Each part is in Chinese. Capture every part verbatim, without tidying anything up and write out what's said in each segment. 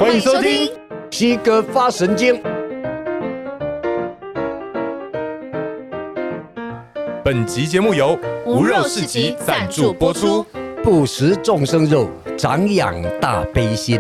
欢迎收听西哥发神经。 本集节目由无肉市集赞助播出。 不食众生肉，长养大悲心。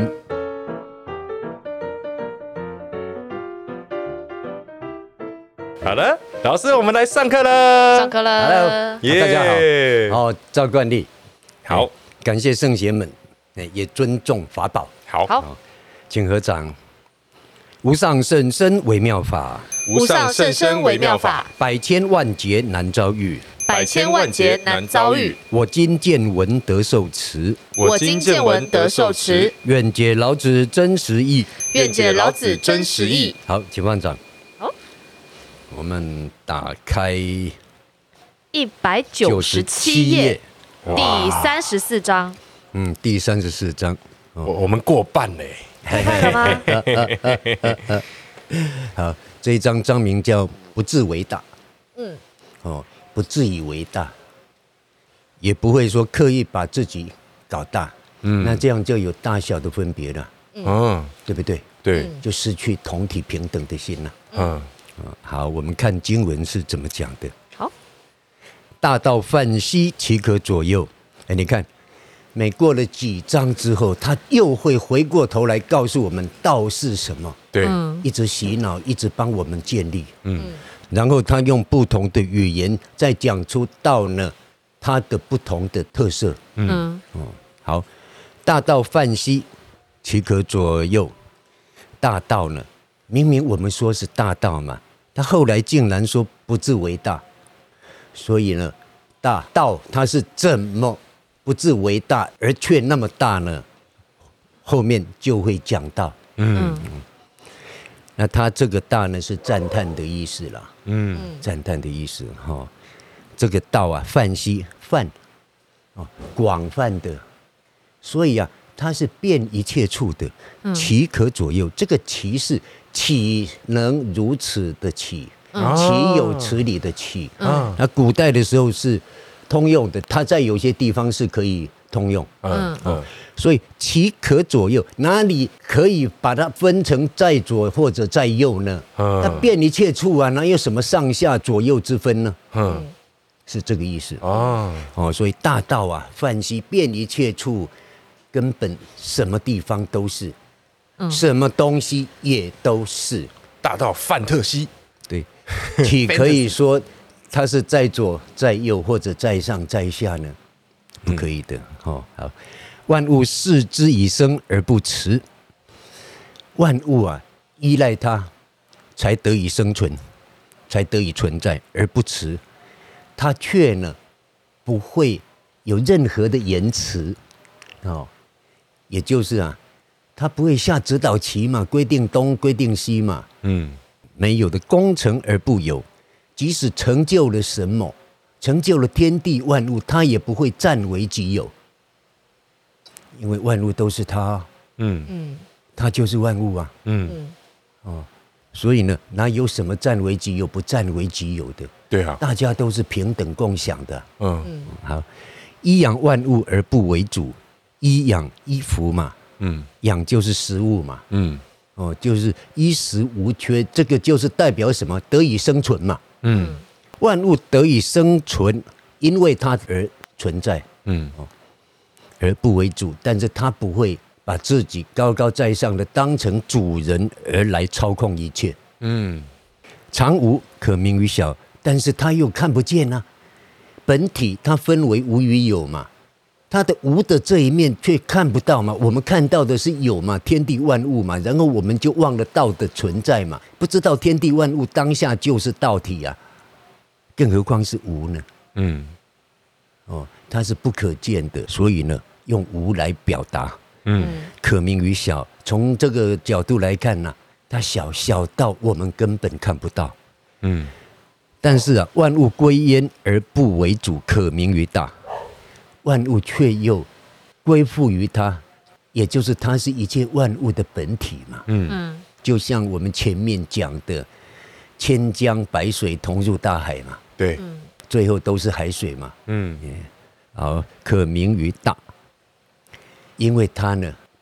好了，老师，我们来上课了。 上课了 Hello， 耶大家好。好，照惯例， 好， 感谢圣贤们，也尊重法宝。 好， 好， 请合掌。无上甚深微妙法， 无上甚深微妙法， 百千万劫难遭遇。 百千万劫难遭遇。 我今见闻得受持， 我今见闻得受持。 愿解老子真实义， 愿解老子真实义。 好，请放掌。 好， 我们打开一百九十七页，第三十四章。 嗯，第三十四章， 我我们过半嘞。 看了吗？ 好，这一章章名叫不自为大。 嗯， 哦，不自以为大，也不会说刻意把自己搞大。嗯，那这样就有大小的分别了。 嗯， 对不对？ 对， 就失去同体平等的心了。 嗯， 好，我们看经文是怎么讲的。 好， 大道泛兮，其可左右。哎，你看，每过了几章之后，他又会回过头来告诉我们道是什么。 对， 一直洗脑，一直帮我们建立。嗯，然后他用不同的语言再讲出道呢，它的不同的特色。 嗯， 哦，好，大道泛兮，其可左右。大道呢，明明我们说是大道嘛，他后来竟然说不自为大。所以呢，大道它是怎么不自为大，而却那么大呢？后面就会讲到。 嗯， 那他这个大呢，是赞叹的意思啦。 嗯， 赞叹的意思哈、哦。这个道啊，泛兮泛，哦，广泛的，所以啊，它是遍一切处的，其可左右。这个其是岂能如此的岂，岂有此理的岂。 嗯， 那古代的时候是通用的，它在有些地方是可以通用。 嗯嗯， 所以其可左右，哪里可以把它分成在左或者在右呢？它遍一切处啊，哪有什么上下左右之分呢？ 嗯， 是这个意思。 哦， 哦，所以大道啊，泛兮遍一切处，根本什么地方都是，什么东西也都是。 大道泛特兮。 对，岂可以说它是在左在右或者在上在下呢？不可以的。哦，好。万物视之以生而不辞，万物啊，依赖它才得以生存，才得以存在，而不辞，它却呢不会有任何的言辞。哦，也就是啊，它不会下指导棋嘛，规定东规定西嘛。嗯，没有的功成而不有，即使成就了什么，成就了天地万物，它也不会占为己有。因为万物都是他，嗯嗯，他就是万物啊，嗯哦，所以呢，哪有什么占为己有不占为己有的？ 对啊， 大家都是平等共享的。 嗯， 好，衣养万物而不为主，衣养衣服嘛，嗯，养就是食物嘛，嗯，哦，就是衣食无缺，这个就是代表什么？得以生存嘛，嗯，万物得以生存，因为它而存在，嗯，哦。而不为主，但是他不会把自己高高在上的当成主人而来操控一切。嗯，常无可名于小，但是他又看不见啊。本体它分为无与有嘛，它的无的这一面却看不到嘛。我们看到的是有嘛，天地万物嘛，然后我们就忘了道的存在嘛，不知道天地万物当下就是道体啊，更何况是无呢？嗯，哦，它是不可见的，所以呢。用无来表达，嗯，可名于小。从这个角度来看呢、啊，它小小到我们根本看不到，嗯。但是啊，万物归焉而不为主，可名于大。万物却又归附于它，也就是它是一切万物的本体嘛，嗯。就像我们前面讲的，千江百水同入大海嘛， 对， 最后都是海水嘛，嗯。好，可名于大。因为它呢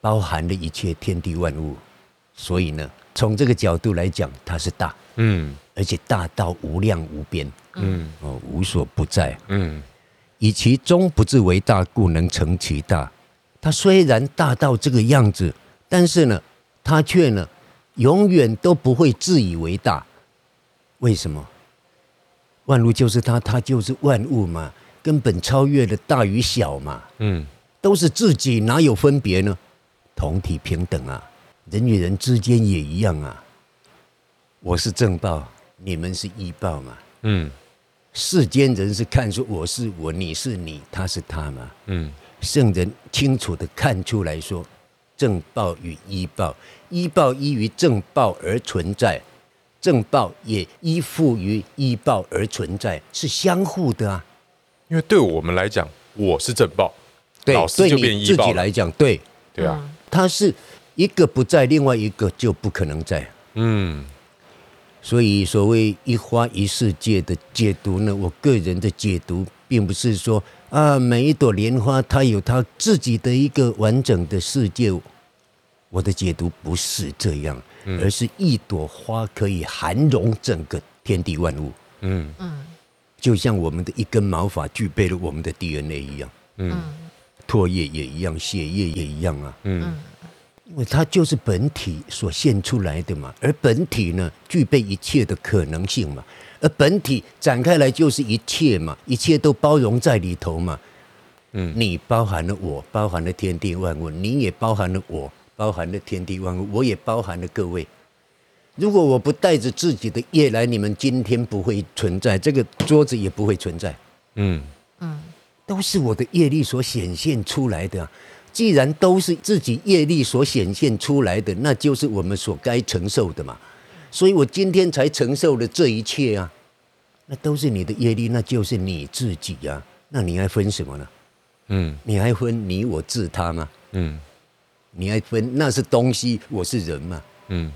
包含了一切天地万物，所以呢，从这个角度来讲，它是大，嗯，而且大到无量无边，嗯，哦，无所不在，嗯，以其中不自为大，故能成其大。它虽然大到这个样子，但是呢，它却呢，永远都不会自以为大。为什么？万物就是它，它就是万物嘛，根本超越了大与小嘛，嗯，都是自己，哪有分别呢？同体平等啊，人与人之间也一样啊。我是正报，你们是依报嘛。嗯，世间人是看出我是我，你是你，他是他嘛。嗯，圣人清楚地看出来说，正报与依报，依报依于正报而存在，正报也依附于依报而存在，是相互的啊。 因为对我们来讲，我是正报， 对， 老师就变依报了。 对你自己来讲，对， 对啊。 它是一个不在，另外一个就不可能在。嗯，所以所谓一花一世界的解读呢，我个人的解读并不是说啊，每一朵莲花它有它自己的一个完整的世界。我的解读不是这样，嗯、而是一朵花可以涵容整个天地万物。嗯嗯，就像我们的一根毛发具备了我们的 D N A 一样。嗯。唾液也一样，血液也一样啊。嗯，因为它就是本体所现出来的嘛，而本体呢，具备一切的可能性嘛，而本体展开来就是一切嘛，一切都包容在里头嘛。嗯，你包含了我，包含了天地万物，你也包含了我，包含了天地万物，我也包含了各位。如果我不带着自己的业来，你们今天不会存在，这个桌子也不会存在。嗯嗯。都是我的业力所显现出来的、啊。既然都是自己业力所显现出来的，那就是我们所该承受的嘛。所以我今天才承受了这一切啊，那都是你的业力，那就是你自己啊。那你还分什么呢？嗯，你还分你我自他吗？嗯，你还分那是东西，我是人吗？嗯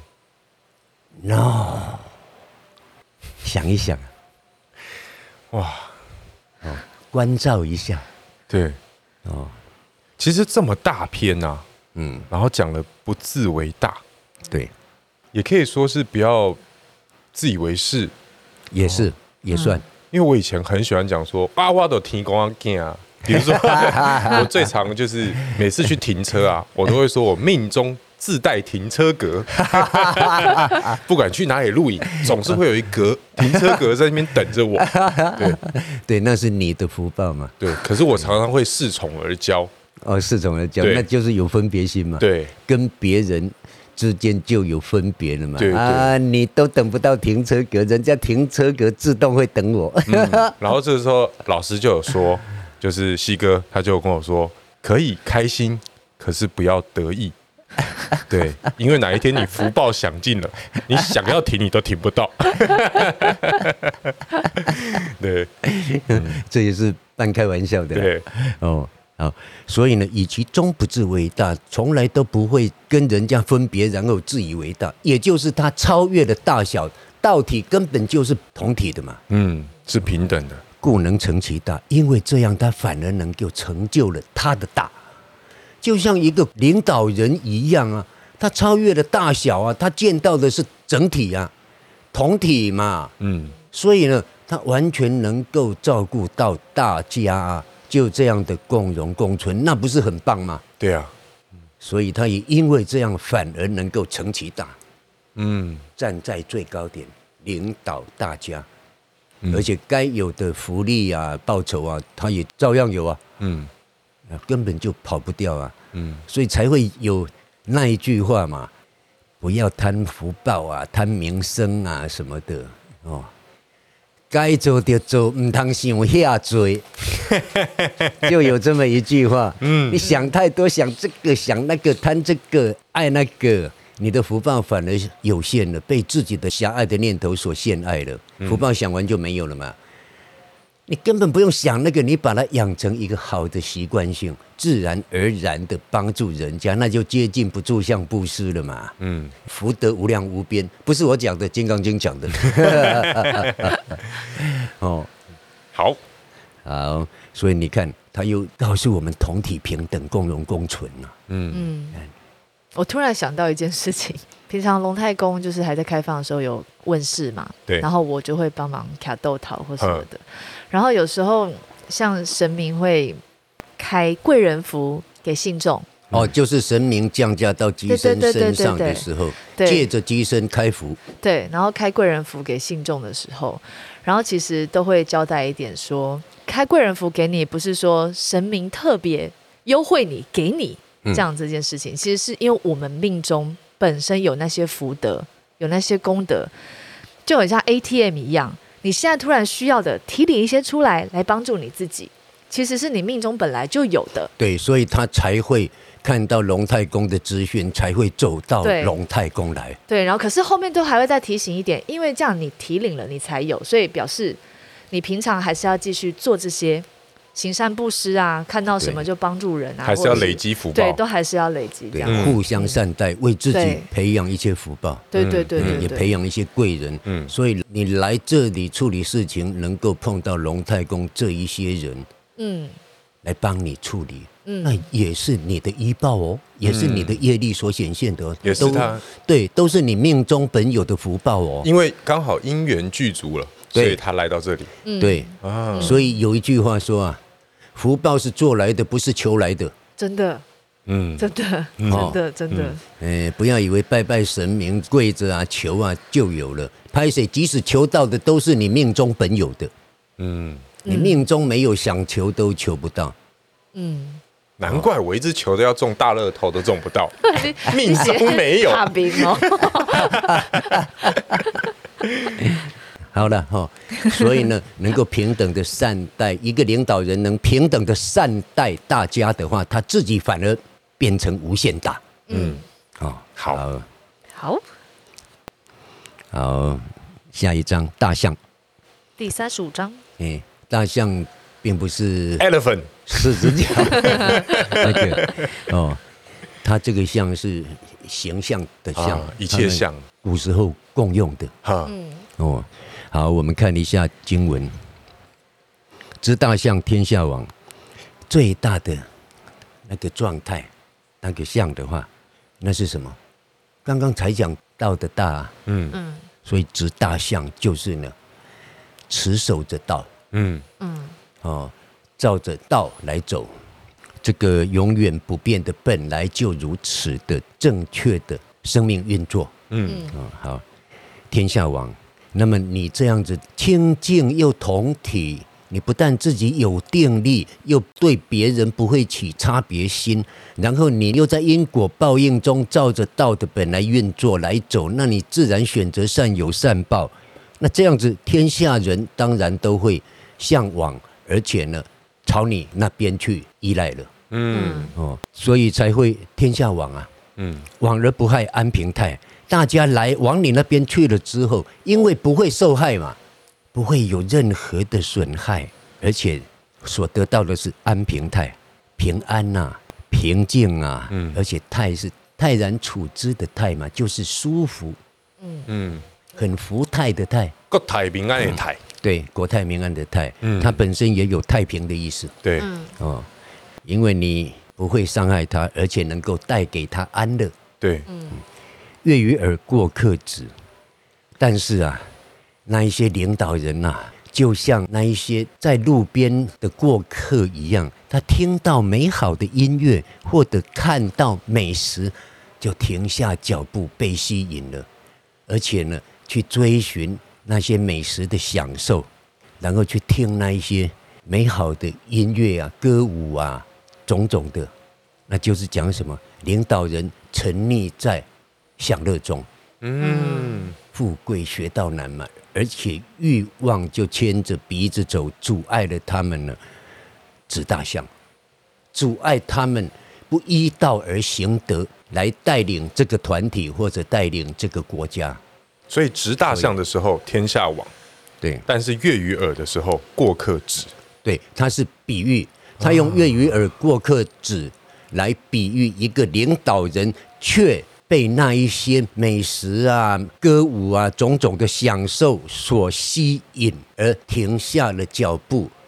，no。想一想， 哇， 哦。关照一下， 对，哦，其实这么大篇啊，嗯，然后讲了不自为大， 对， 也可以说是不要自以为是， 也是、哦、也算、嗯， 因为我以前很喜欢讲说啊，我都天公啊囝啊，比如说我最常就是每次去停车啊，我都会说我命中自带停车格，不管去哪里露营，总是会有一格停车格在那边等着我。对， 对，那是你的福报嘛。 对，可是我常常会恃宠而骄。 哦，恃宠而骄，那就是有分别心嘛。 对， 跟别人之间就有分别了嘛。 对对啊，你都等不到停车格，人家停车格自动会等我。 嗯、然后这个时候老师就有说，就是西哥他就跟我说，可以开心，可是不要得意。对，因为哪一天你福报享尽了，你想要停你都停不到。对、 嗯，这也是半开玩笑的。 对， 哦，好，所以呢，以其中不自为大，从来都不会跟人家分别，然后自以为大，也就是他超越了大小，道体根本就是同体的嘛。 嗯，是平等的， 故能成其大，因为这样他反而能够成就了他的大。就像一个领导人一样啊，他超越了大小啊，他见到的是整体啊，同体嘛，嗯，所以呢，他完全能够照顾到大家啊，就这样的共荣共存，那不是很棒吗？ 对啊， 所以他也因为这样，反而能够成其大，嗯，站在最高点，领导大家，嗯、而且该有的福利啊、报酬啊，他也照样有啊，嗯。根本就跑不掉啊，嗯，所以才会有那一句话嘛，不要贪福报啊，贪名声啊什么的哦，该做就做，唔通想下做，就有这么一句话，嗯，你想太多，想这个想那个，贪这个爱那个，你的福报反而有限了，被自己的狭隘的念头所陷害了，福报想完就没有了嘛。你根本不用想那个，你把它养成一个好的习惯性，自然而然的帮助人家，那就接近不住相布施了嘛。嗯，福德无量无边，不是我讲的，《金刚经》讲的。哦， 好， 好，所以你看， 他又告诉我们同体平等、共荣共存啊。 嗯嗯，我突然想到一件事情，平常龙太公就是还在开放的时候有问世嘛， 对， 然后我就会帮忙卡豆桃或什么的，然后有时候像神明会开贵人符给信众。 哦，就是神明降价到乩身身上的时候，借着乩身开符， 对，然后开贵人符给信众的时候，然后其实都会交代一点说，开贵人符给你，不是说神明特别优惠你给你这样这件事情，嗯、其实是因为我们命中本身有那些福德，有那些功德，就很像 A T M 一样，你现在突然需要的提领一些出来，来帮助你自己，其实是你命中本来就有的。 对，所以他才会看到龙太公的资讯，才会走到龙太公来。 对，然后可是后面都还会再提醒一点，因为这样你提领了，你才有，所以表示你平常还是要继续做这些行善布施啊，看到什么就帮助人啊， 还是要累积福报， 对，都还是要累积这样， 对，互相善待，为自己培养一些福报。 对对对 对, 对, 对， 也培养一些贵人。嗯，所以你来这里处理事情，能够碰到龙太公这一些人，嗯，来帮你处理。嗯，那也是你的依报哦，也是你的业力所显现的、哦， 也是他， 对，都是你命中本有的福报哦。 因为刚好因缘具足了，所以他来到这里。 嗯、对啊，所以有一句话说啊，福报是做来的，不是求来的。 真的，嗯，真的，真的，真的。 哎、嗯，不要以为拜拜神明、跪着啊、求啊就有了，拍谁即使求到的都是你命中本有的。嗯，你命中没有，想求都求不到。嗯。 难怪我一直求的要中大乐透都中不到，命中没有。 大兵哦。 好了哈，所以呢，能够平等的善待一个领导人，能平等的善待大家的话，他自己反而变成无限大。嗯，哦， 好， 好， 好，下一章大象， 第三十五章。 哎，大象并不是 elephant。 四只脚，那个哦，它这个象是形象的象，啊、 一切象， 古时候共用的。哈，哦，好，我们看一下经文。知大象天下王，最大的那个状态，那个象的话，那是什么？刚刚才讲到的大、啊，嗯嗯，所以知大象就是呢，持守着道，嗯嗯，哦。照着道来走，这个永远不变的本来就如此的正确的生命运作。嗯，哦、好，天下王。那么你这样子清净又同体，你不但自己有定力，又对别人不会起差别心，然后你又在因果报应中照着道的本来运作来走，那你自然选择善有善报。那这样子，天下人当然都会向往，而且呢，朝你那边去依赖了，嗯哦，所以才会天下往啊，嗯，往而不害安平泰。大家来往你那边去了之后，因为不会受害嘛，不会有任何的损害，而且所得到的是安平泰，平安呐、啊，平静啊，嗯，而且泰是泰然处之的泰嘛，就是舒服，嗯嗯，很福泰的泰， 国泰民安的泰。嗯对，国泰民安的泰，嗯，它本身也有太平的意思。 对， 哦，因为你不会伤害他，而且能够带给他安乐。 对， 嗯，悦于耳过客止。但是啊，那一些领导人呐、啊，就像那一些在路边的过客一样，他听到美好的音乐或者看到美食，就停下脚步被吸引了，而且呢，去追寻那些美食的享受，然后去听那一些美好的音乐啊、歌舞啊，种种的，那就是讲什么？领导人沉溺在享乐中，嗯，富贵学道难嘛，而且欲望就牵着鼻子走，阻碍了他们呢，指大象，阻碍他们不依道而行德，来带领这个团体或者带领这个国家。 所以执大象的时候，天下往； 对， 但是悦于耳的时候，过客止。 对，它是比喻，他用悦于耳、过客止来比喻一个领导人，却被那一些美食啊、歌舞啊种种的享受所吸引，而停下了脚步，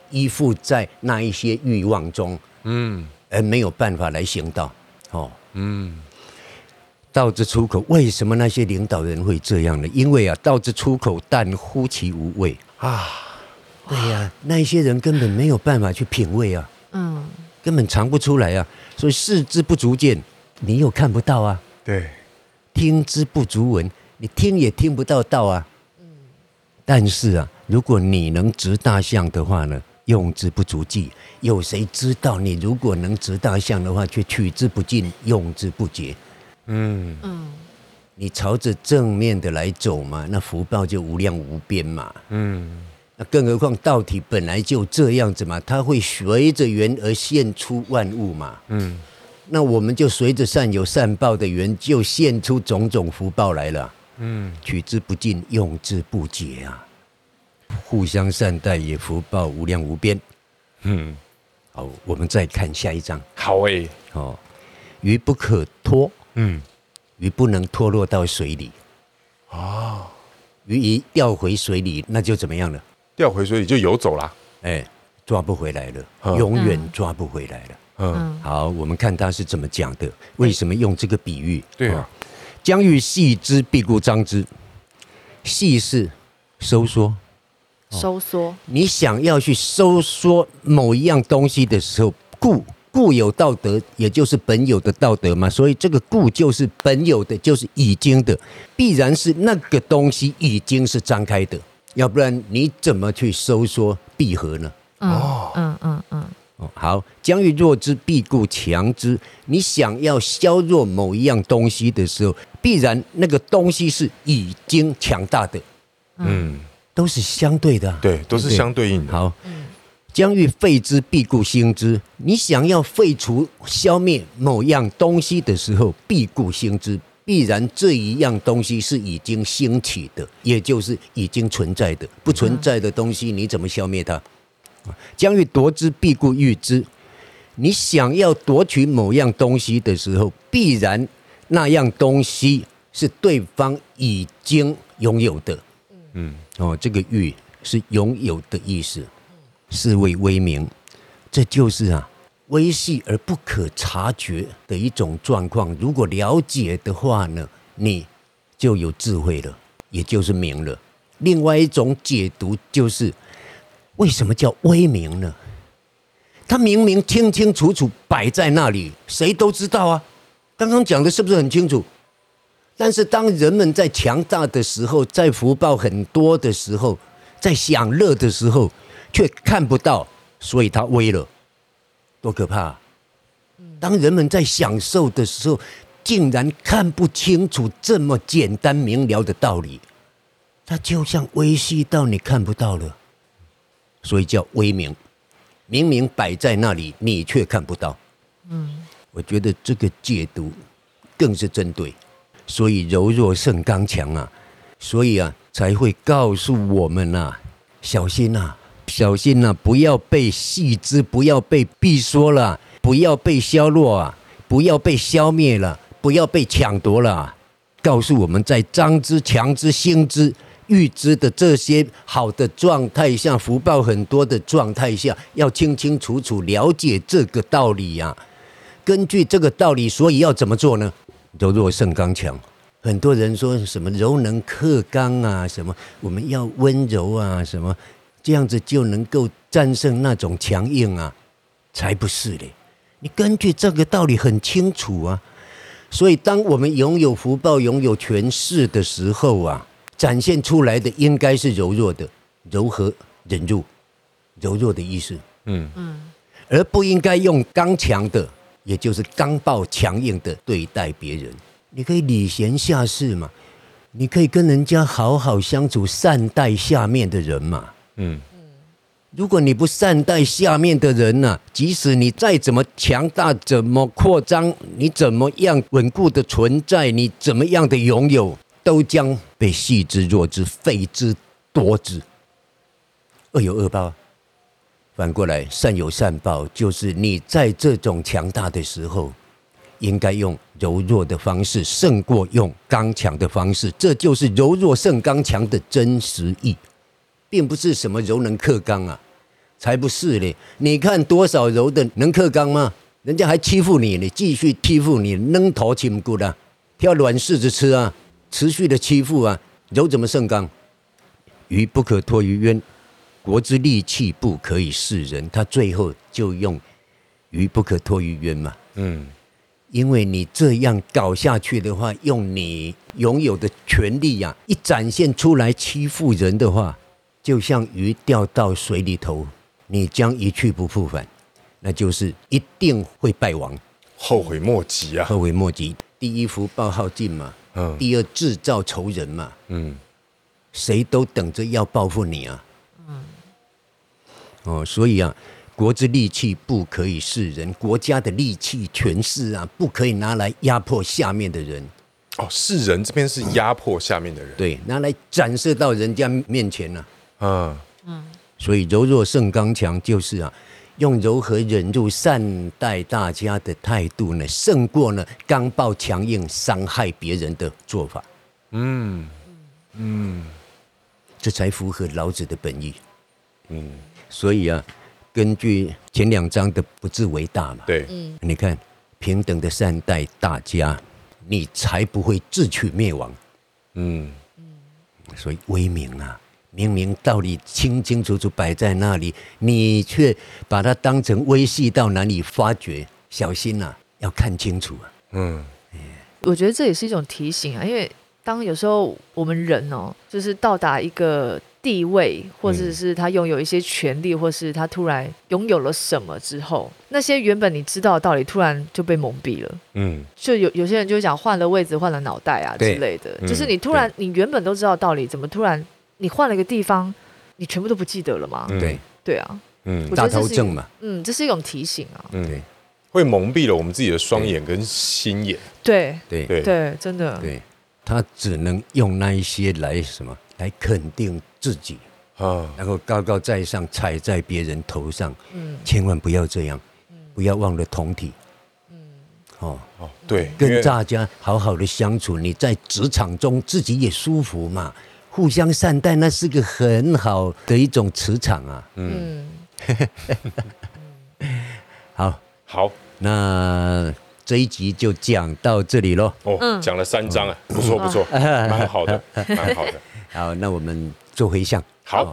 依附在那一些欲望中， 嗯， 而没有办法来行道。哦，嗯，道之出口，为什么那些领导人会这样呢？因为啊，道之出口，但乎其无味啊。对呀、啊，那些人根本没有办法去品味啊，嗯，根本尝不出来啊。所以视之不足见，你又看不到啊。 对， 听之不足闻，你听也听不到道啊。但是啊，如果你能执大象的话呢，用之不足计。有谁知道你如果能执大象的话，却取之不尽，用之不竭？嗯嗯，你朝着正面的来走嘛，那福报就无量无边嘛。嗯，那更何况道体本来就这样子嘛，它会随着缘而现出万物嘛。嗯，那我们就随着善有善报的缘，就现出种种福报来了。嗯，取之不尽，用之不竭啊！互相善待，也福报无量无边。嗯，好，我们再看下一章。 好诶、欸， 哦，鱼不可脱， 嗯， 鱼不能脱落到水里。哦，鱼一掉回水里，那就怎么样了？ 掉回水里就游走啦。 哎，抓不回来了，永远抓不回来了。嗯，好，我们看他是怎么讲的。为什么用这个比喻？ 对啊。 将欲系之，必固张之。系是收缩， 收缩。 你想要去收缩某一样东西的时候，固固有道德，也就是本有的道德嘛。所以这个固就是本有的，就是已经的，必然是那个东西已经是张开的，要不然你怎么去收缩闭合呢？ 哦，嗯嗯嗯。 好，将欲弱之，必固强之。你想要削弱某一样东西的时候，必然那个东西是已经强大的。嗯，都是相对的、啊， 对，都是相对应的。 好，将欲废之，必固兴之。你想要废除、消灭某样东西的时候，必固兴之。必然这一样东西是已经兴起的，也就是已经存在的。不存在的东西，你怎么消灭它？将欲夺之，必固欲之。你想要夺取某样东西的时候，必然那样东西是对方已经拥有的。嗯，哦，这个欲是拥有的意思，是谓微名。这就是啊，微细而不可察觉的一种状况。如果了解的话呢，你就有智慧了，也就是明了。另外一种解读就是。为什么叫微明呢？它明明清清楚楚摆在那里，谁都知道啊。刚刚讲的是不是很清楚？但是当人们在强大的时候，在福报很多的时候，在享乐的时候，却看不到，所以它微了，多可怕啊！当人们在享受的时候，竟然看不清楚这么简单明了的道理，它就像微细到你看不到了。所以叫微明，明明摆在那里，你却看不到。嗯，我觉得这个解读更是针对。所以柔弱胜刚强啊，所以啊才会告诉我们啊，小心啊，小心啊，不要被细之，不要被闭缩了，不要被削弱啊，不要被消灭了，不要被抢夺了、啊。告诉我们在张之、强之、兴之。预知的这些好的状态下，福报很多的状态下，要清清楚楚了解这个道理呀、啊。根据这个道理，所以要怎么做呢？柔弱胜刚强。很多人说什么柔能克刚啊，什么我们要温柔啊，什么这样子就能够战胜那种强硬啊，才不是嘞。你根据这个道理很清楚啊。所以，当我们拥有福报、拥有权势的时候啊。展现出来的应该是柔弱的，柔和忍辱，柔弱的意思，嗯嗯，而不应该用刚强的，也就是刚暴强硬的对待别人。你可以礼贤下士嘛，你可以跟人家好好相处，善待下面的人嘛，嗯。如果你不善待下面的人呢、啊，即使你再怎么强大，怎么扩张，你怎么样稳固的存在，你怎么样的拥有。都将被细之、弱之、废之、夺之，恶有恶报。反过来，善有善报，就是你在这种强大的时候，应该用柔弱的方式胜过用刚强的方式，这就是柔弱胜刚强的真实意，并不是什么柔能克刚啊， 才不是嘞！你看多少柔的能克刚吗？人家还欺负你，你继续欺负你，扔头轻骨啊，挑软柿子吃啊，持续的欺负啊，柔怎么胜刚？鱼不可脱于渊，国之利器不可以示人。他最后就用鱼不可脱于渊嘛，嗯，因为你这样搞下去的话，用你拥有的权利啊，一展现出来欺负人的话，就像鱼掉到水里头，你将一去不复返。那就是一定会败亡， 后悔莫及啊！ 后悔莫及。第一，福报耗尽嘛，嗯；第二，制造仇人嘛，嗯。谁都等着要报复你啊，嗯。哦，所以啊，国之利器不可以示人，国家的利器权势啊，不可以拿来压迫下面的人。 哦，示人这边是压迫下面的人， 对，拿来展示到人家面前啊， 嗯嗯。所以柔弱胜刚强，就是啊。用柔和忍辱善待大家的态度呢，胜过呢刚暴强硬伤害别人的做法。嗯嗯，这才符合老子的本意。嗯，所以啊，根据前两章的不自为大嘛， 对， 你看平等的善待大家，你才不会自取灭亡。嗯所以威名啊。明明道理清清楚楚摆在那里，你却把它当成微细到难以发觉，小心啊，要看清楚啊。嗯， 我觉得这也是一种提醒啊，因为当有时候我们人哦，就是到达一个地位，或者是他拥有一些权利，或是他突然拥有了什么之后，那些原本你知道的道理，突然就被蒙蔽了。嗯，就有有些人就会讲换了位置，换了脑袋啊之类的，就是你突然你原本都知道道理，怎么突然？你换了一个地方，你全部都不记得了吗？ 对对啊， 嗯，大头症嘛， 嗯，这是一种提醒啊， 嗯，对，会蒙蔽了我们自己的双眼跟心眼， 对对对对，真的， 对，他只能用那一些来什么来肯定自己啊，然后高高在上踩在别人头上，嗯，千万不要这样，不要忘了同体，嗯，哦哦， 对， 跟大家好好的相处，你在职场中自己也舒服嘛。互相善待，那是个很好的一种磁场啊。嗯，好， 好， 那这一集就讲到这里咯。 哦，讲了三章啊，不错不错，蛮好的，蛮好的。 好，那我们做回向。 好，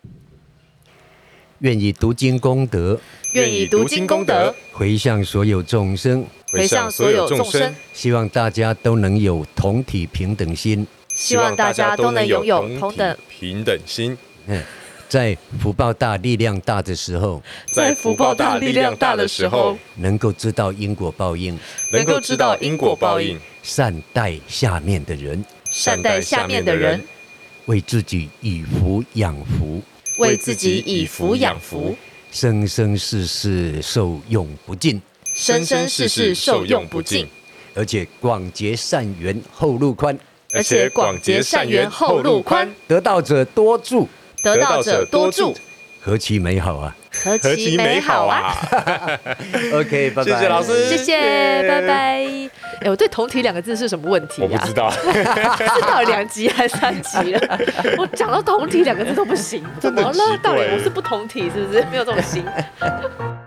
愿以读经功德， 愿以读经功德回向所有众生， 回向所有众生。 希望大家都能有同体平等心。 希望大家都能拥有同等平等心。 嗯，在福报大、力量大的时候， 在福报大、力量大的时候， 能够知道因果报应， 能够知道因果报应， 善待下面的人， 善待下面的人， 为自己以福养福， 为自己以福养福， 生生世世受用不尽， 生生世世受用不尽， 而且广结善缘，后路宽。 而且广结善缘，后路宽， 得道者多助， 得道者多助， 何其美好啊！ 何其美好啊 ！OK， 拜拜， 谢谢老师， 谢谢，拜拜。哎，我对同体两个字是什么问题啊？ 我不知道， 是到底两集还是三集了？我讲到同体两个字都不行，怎么了？到底我是不同体是不是？没有这种心。